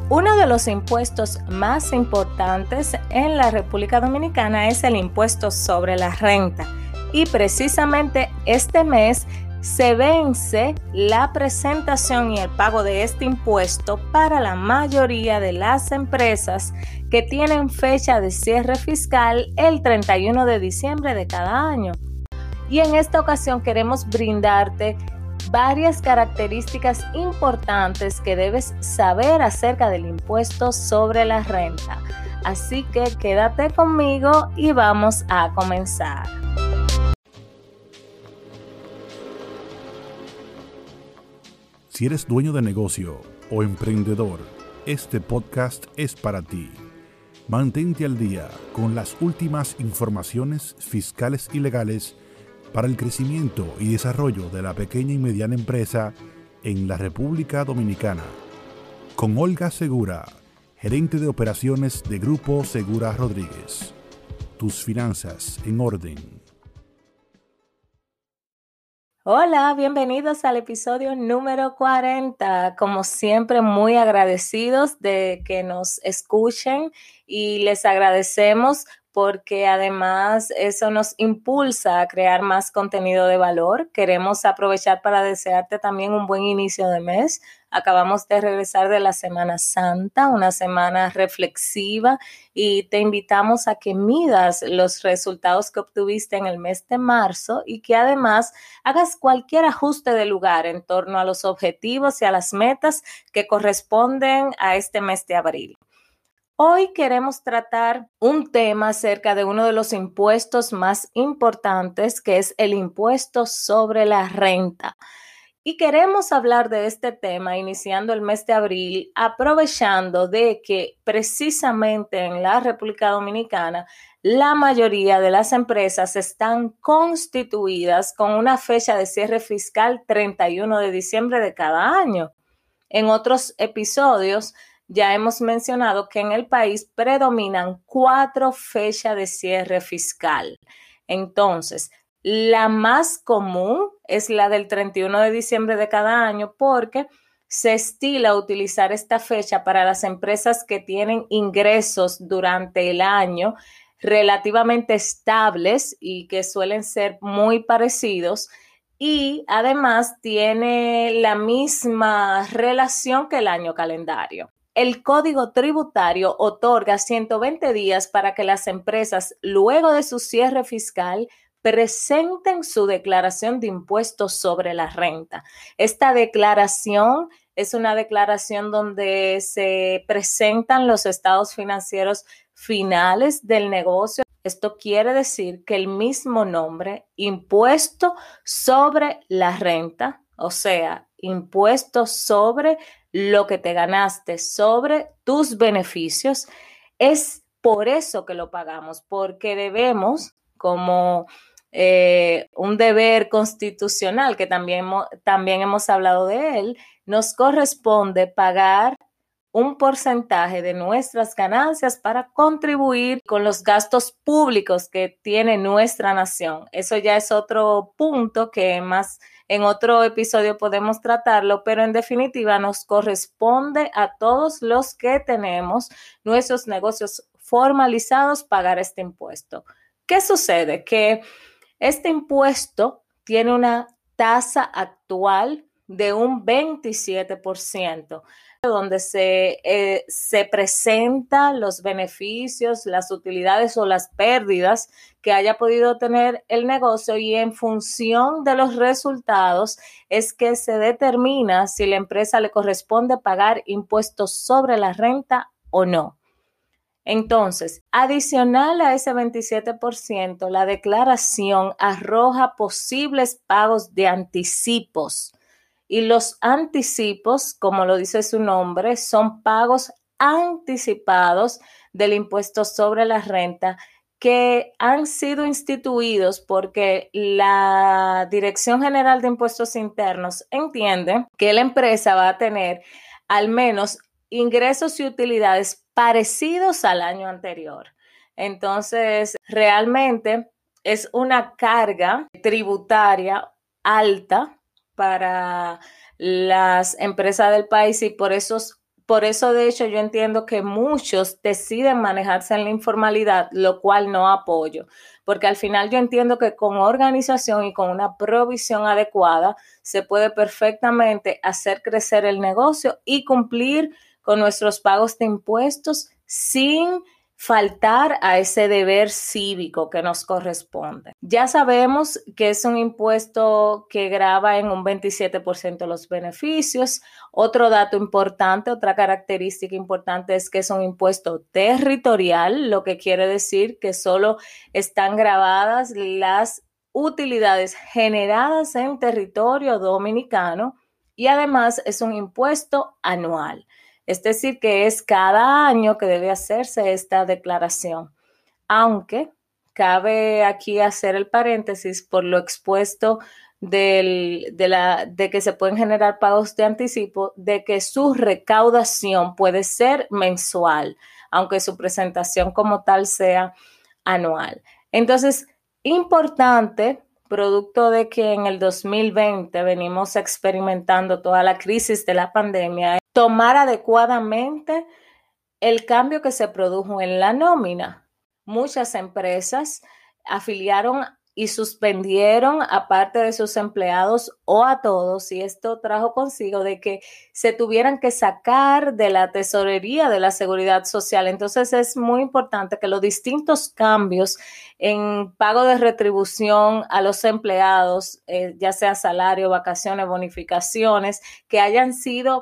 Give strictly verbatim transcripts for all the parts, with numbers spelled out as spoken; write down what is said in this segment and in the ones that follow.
Uno de los impuestos más importantes en la República Dominicana es el impuesto sobre la renta. Y precisamente este mes se vence la presentación y el pago de este impuesto para la mayoría de las empresas que tienen fecha de cierre fiscal el treinta y uno de diciembre de cada año. Y en esta ocasión queremos brindarte varias características importantes que debes saber acerca del impuesto sobre la renta. Así que quédate conmigo y vamos a comenzar. Si eres dueño de negocio o emprendedor, este podcast es para ti. Mantente al día con las últimas informaciones fiscales y legales para el crecimiento y desarrollo de la pequeña y mediana empresa en la República Dominicana. Con Olga Segura, gerente de operaciones de Grupo Segura Rodríguez. Tus finanzas en orden. Hola, bienvenidos al episodio número cuarenta. Como siempre, muy agradecidos de que nos escuchen y les agradecemos porque además eso nos impulsa a crear más contenido de valor. Queremos aprovechar para desearte también un buen inicio de mes. Acabamos de regresar de la Semana Santa, una semana reflexiva, y te invitamos a que midas los resultados que obtuviste en el mes de marzo y que además hagas cualquier ajuste de lugar en torno a los objetivos y a las metas que corresponden a este mes de abril. Hoy queremos tratar un tema acerca de uno de los impuestos más importantes, que es el impuesto sobre la renta. Y queremos hablar de este tema iniciando el mes de abril, aprovechando de que precisamente en la República Dominicana la mayoría de las empresas están constituidas con una fecha de cierre fiscal treinta y uno de diciembre de cada año. En otros episodios ya hemos mencionado que en el país predominan cuatro fechas de cierre fiscal. Entonces, la más común es la del treinta y uno de diciembre de cada año porque se estila utilizar esta fecha para las empresas que tienen ingresos durante el año relativamente estables y que suelen ser muy parecidos. Y además tiene la misma relación que el año calendario. El Código Tributario otorga ciento veinte días para que las empresas, luego de su cierre fiscal, presenten su declaración de impuestos sobre la renta. Esta declaración es una declaración donde se presentan los estados financieros finales del negocio. Esto quiere decir que el mismo nombre, impuesto sobre la renta, o sea, impuesto sobre lo que te ganaste, sobre tus beneficios, es por eso que lo pagamos, porque debemos, como eh, un deber constitucional, que también, también hemos hablado de él, nos corresponde pagar un porcentaje de nuestras ganancias para contribuir con los gastos públicos que tiene nuestra nación. Eso ya es otro punto que más en otro episodio podemos tratarlo, pero en definitiva nos corresponde a todos los que tenemos nuestros negocios formalizados pagar este impuesto. ¿Qué sucede? Que este impuesto tiene una tasa actual de un veintisiete por ciento. Donde se, eh, se presentan los beneficios, las utilidades o las pérdidas que haya podido tener el negocio, y en función de los resultados es que se determina si la empresa le corresponde pagar impuestos sobre la renta o no. Entonces, adicional a ese veintisiete por ciento, la declaración arroja posibles pagos de anticipos. Y los anticipos, como lo dice su nombre, son pagos anticipados del impuesto sobre la renta que han sido instituidos porque la Dirección General de Impuestos Internos entiende que la empresa va a tener al menos ingresos y utilidades parecidos al año anterior. Entonces, realmente es una carga tributaria alta para las empresas del país y por eso Por eso, de hecho, yo entiendo que muchos deciden manejarse en la informalidad, lo cual no apoyo, porque al final yo entiendo que con organización y con una provisión adecuada se puede perfectamente hacer crecer el negocio y cumplir con nuestros pagos de impuestos sin faltar a ese deber cívico que nos corresponde. Ya sabemos que es un impuesto que grava en un veintisiete por ciento los beneficios. Otro dato importante, otra característica importante es que es un impuesto territorial, lo que quiere decir que solo están gravadas las utilidades generadas en territorio dominicano y además es un impuesto anual. Es decir, que es cada año que debe hacerse esta declaración, aunque cabe aquí hacer el paréntesis por lo expuesto del, de, la, de que se pueden generar pagos de anticipo, de que su recaudación puede ser mensual, aunque su presentación como tal sea anual. Entonces, importante, producto de que en el dos mil veinte venimos experimentando toda la crisis de la pandemia, tomar adecuadamente el cambio que se produjo en la nómina. Muchas empresas afiliaron y suspendieron a parte de sus empleados o a todos, y esto trajo consigo de que se tuvieran que sacar de la tesorería de la seguridad social. Entonces es muy importante que los distintos cambios en pago de retribución a los empleados, eh, ya sea salario, vacaciones, bonificaciones, que hayan sido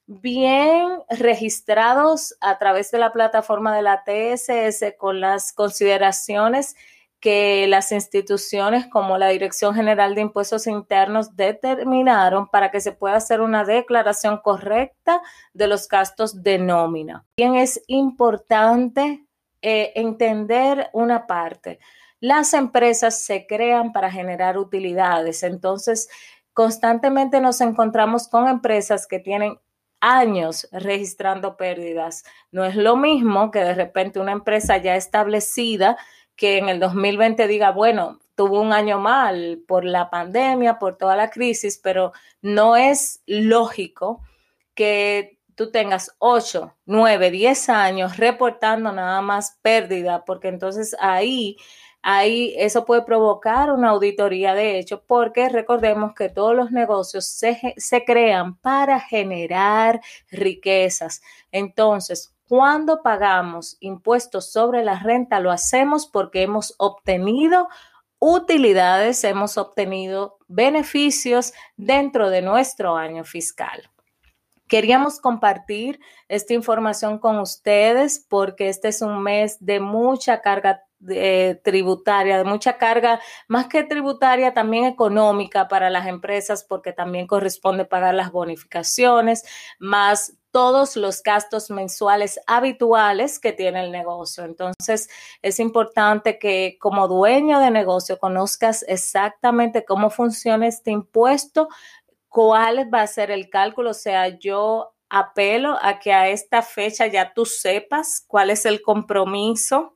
bien registrados a través de la plataforma de la T S S con las consideraciones que las instituciones como la Dirección General de Impuestos Internos determinaron para que se pueda hacer una declaración correcta de los gastos de nómina. Bien, es importante eh, entender una parte. Las empresas se crean para generar utilidades, entonces constantemente nos encontramos con empresas que tienen años registrando pérdidas. No es lo mismo que de repente una empresa ya establecida que en el dos mil veinte diga, bueno, tuvo un año mal por la pandemia, por toda la crisis, pero no es lógico que tú tengas ocho, nueve, diez años reportando nada más pérdida, porque entonces ahí Ahí eso puede provocar una auditoría de hecho, porque recordemos que todos los negocios se, se crean para generar riquezas. Entonces, cuando pagamos impuestos sobre la renta, lo hacemos porque hemos obtenido utilidades, hemos obtenido beneficios dentro de nuestro año fiscal. Queríamos compartir esta información con ustedes porque este es un mes de mucha carga eh, tributaria, de mucha carga, más que tributaria, también económica para las empresas, porque también corresponde pagar las bonificaciones, más todos los gastos mensuales habituales que tiene el negocio. Entonces, es importante que como dueño de negocio conozcas exactamente cómo funciona este impuesto, cuál va a ser el cálculo. O sea, yo apelo a que a esta fecha ya tú sepas cuál es el compromiso,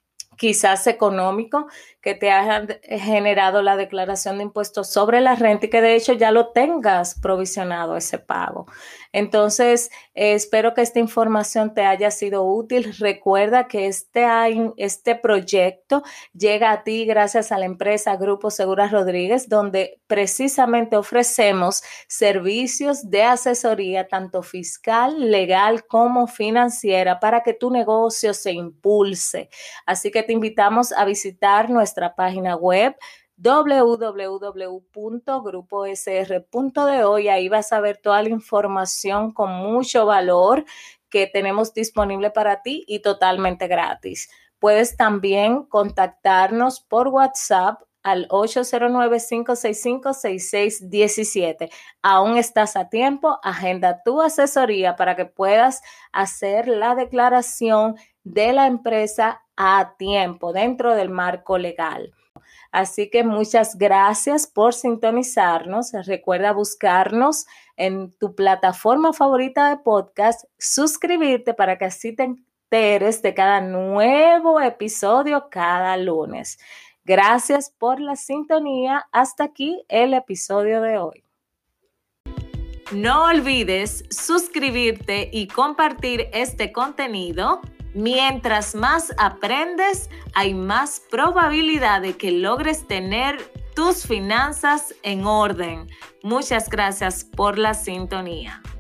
quizás económico, que te haya generado la declaración de impuestos sobre la renta y que de hecho ya lo tengas provisionado ese pago. Entonces, eh, espero que esta información te haya sido útil. Recuerda que este, este proyecto llega a ti gracias a la empresa Grupo Seguras Rodríguez, donde precisamente ofrecemos servicios de asesoría tanto fiscal, legal como financiera para que tu negocio se impulse. Así que te invitamos a visitar nuestra página web doble u doble u doble u punto grupo s r punto d o y ahí vas a ver toda la información con mucho valor que tenemos disponible para ti y totalmente gratis. Puedes también contactarnos por WhatsApp al ocho cero nueve, cinco seis cinco, seis seis uno siete. Aún estás a tiempo, agenda tu asesoría para que puedas hacer la declaración de la empresa a tiempo dentro del marco legal. Así que muchas gracias por sintonizarnos. Recuerda buscarnos en tu plataforma favorita de podcast, suscribirte para que así te enteres de cada nuevo episodio cada lunes. Gracias por la sintonía. Hasta aquí el episodio de hoy. No olvides suscribirte y compartir este contenido. Mientras más aprendes, hay más probabilidad de que logres tener tus finanzas en orden. Muchas gracias por la sintonía.